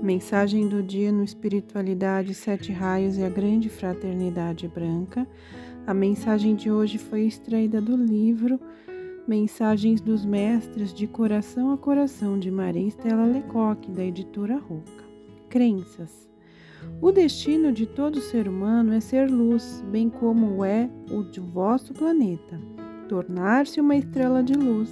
Mensagem do dia no Espiritualidade, 7 Raios e a Grande Fraternidade Branca. A mensagem de hoje foi extraída do livro Mensagens dos Mestres de Coração a Coração, de Maria Estela Lecoq, da editora Roca. Crenças. O destino de todo ser humano é ser luz, bem como é o de vosso planeta, tornar-se uma estrela de luz.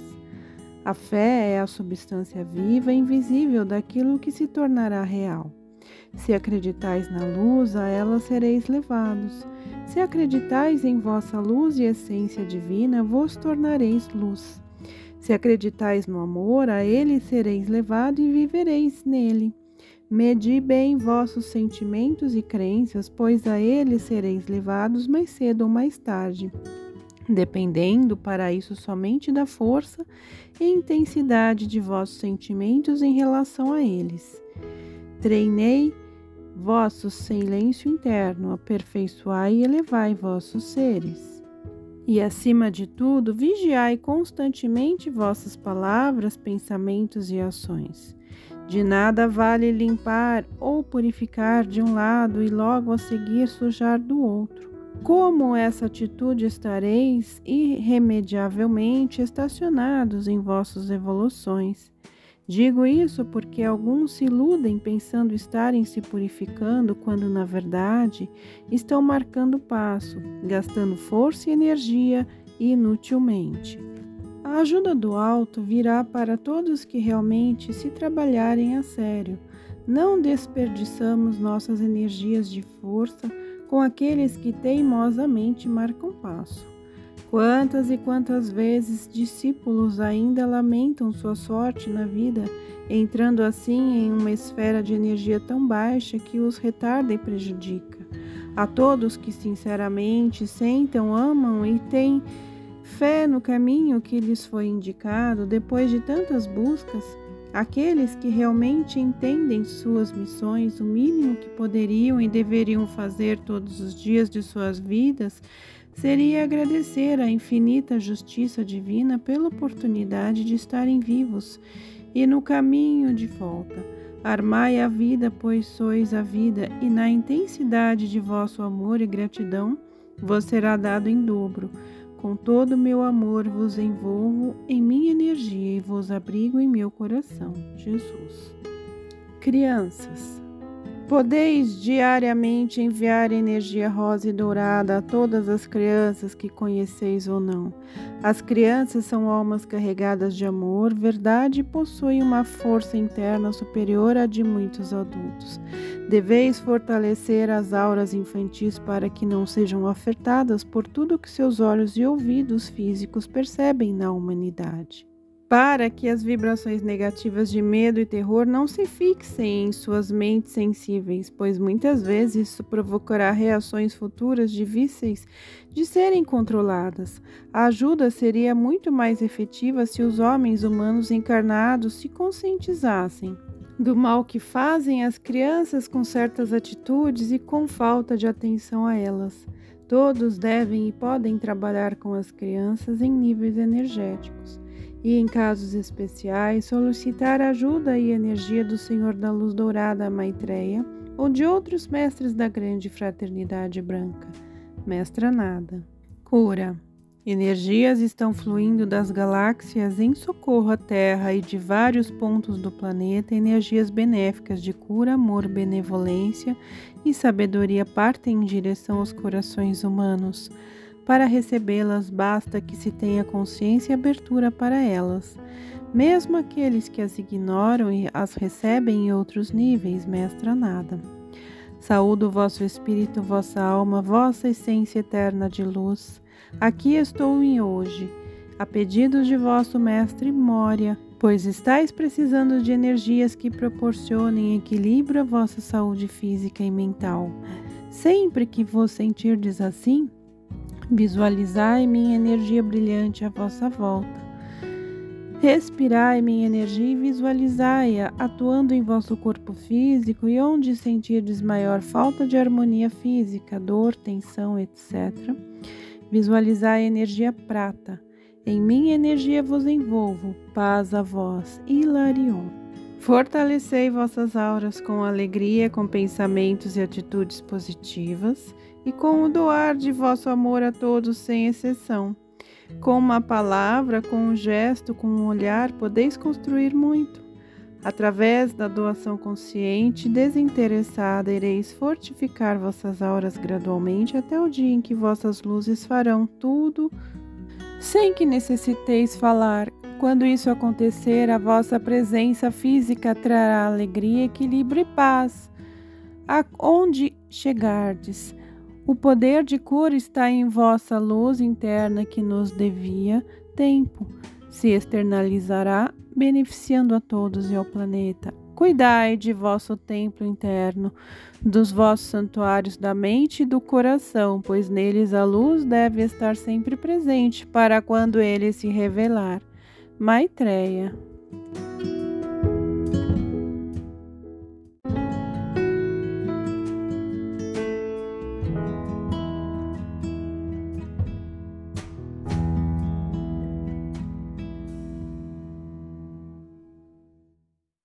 A fé é a substância viva e invisível daquilo que se tornará real. Se acreditais na luz, a ela sereis levados. Se acreditais em vossa luz e essência divina, vos tornareis luz. Se acreditais no amor, a ele sereis levados e vivereis nele. Medi bem vossos sentimentos e crenças, pois a ele sereis levados mais cedo ou mais tarde, dependendo para isso somente da força e intensidade de vossos sentimentos em relação a eles. Treinei vosso silêncio interno, aperfeiçoai e elevai vossos seres. E acima de tudo, vigiai constantemente vossas palavras, pensamentos e ações. De nada vale limpar ou purificar de um lado e logo a seguir sujar do outro. Como essa atitude estareis irremediavelmente estacionados em vossas evoluções. Digo isso porque alguns se iludem pensando estarem se purificando quando na verdade estão marcando passo, gastando força e energia inutilmente. A ajuda do alto virá para todos que realmente se trabalharem a sério. Não desperdiçamos nossas energias de força com aqueles que teimosamente marcam passo. Quantas e quantas vezes discípulos ainda lamentam sua sorte na vida, entrando assim em uma esfera de energia tão baixa que os retarda e prejudica. A todos que sinceramente sentam, amam e têm fé no caminho que lhes foi indicado, depois de tantas buscas, aqueles que realmente entendem suas missões, o mínimo que poderiam e deveriam fazer todos os dias de suas vidas, seria agradecer à infinita justiça divina pela oportunidade de estarem vivos e no caminho de volta. Armai a vida, pois sois a vida, e na intensidade de vosso amor e gratidão vos será dado em dobro. Com todo o meu amor vos envolvo em minha energia e vos abrigo em meu coração. Jesus. Crianças. Podeis diariamente enviar energia rosa e dourada a todas as crianças que conheceis ou não. As crianças são almas carregadas de amor, verdade e possuem uma força interna superior à de muitos adultos. Deveis fortalecer as auras infantis para que não sejam afetadas por tudo que seus olhos e ouvidos físicos percebem na humanidade. Para que as vibrações negativas de medo e terror não se fixem em suas mentes sensíveis, pois muitas vezes isso provocará reações futuras difíceis de serem controladas. A ajuda seria muito mais efetiva se os homens humanos encarnados se conscientizassem do mal que fazem as crianças com certas atitudes e com falta de atenção a elas. Todos devem e podem trabalhar com as crianças em níveis energéticos. E, em casos especiais, solicitar ajuda e energia do Senhor da Luz Dourada, Maitreya, ou de outros mestres da Grande Fraternidade Branca. Mestra Nada. Cura. Energias estão fluindo das galáxias em socorro à Terra e de vários pontos do planeta. Energias benéficas de cura, amor, benevolência e sabedoria partem em direção aos corações humanos. Para recebê-las, basta que se tenha consciência e abertura para elas. Mesmo aqueles que as ignoram e as recebem em outros níveis, Mestra Nada. Saúdo vosso espírito, vossa alma, vossa essência eterna de luz. Aqui estou em hoje, a pedido de vosso Mestre Moria, pois estáis precisando de energias que proporcionem equilíbrio à vossa saúde física e mental. Sempre que vos sentirdes assim, visualizai minha energia brilhante à vossa volta. Respirai minha energia e visualizai-a atuando em vosso corpo físico e onde sentirdes maior falta de harmonia física, dor, tensão, etc. Visualizai a energia prata. Em minha energia vos envolvo, paz a vós, Hilarion. Fortalecei vossas auras com alegria, com pensamentos e atitudes positivas, e com o doar de vosso amor a todos sem exceção. Com uma palavra, com um gesto, com um olhar, podeis construir muito. Através da doação consciente e desinteressada, ireis fortificar vossas auras gradualmente até o dia em que vossas luzes farão tudo sem que necessiteis falar. Quando isso acontecer, a vossa presença física trará alegria, equilíbrio e paz aonde chegardes. O poder de cura está em vossa luz interna que nos devia tempo. Se externalizará, beneficiando a todos e ao planeta. Cuidai de vosso templo interno, dos vossos santuários da mente e do coração, pois neles a luz deve estar sempre presente para quando ele se revelar. Maitreya.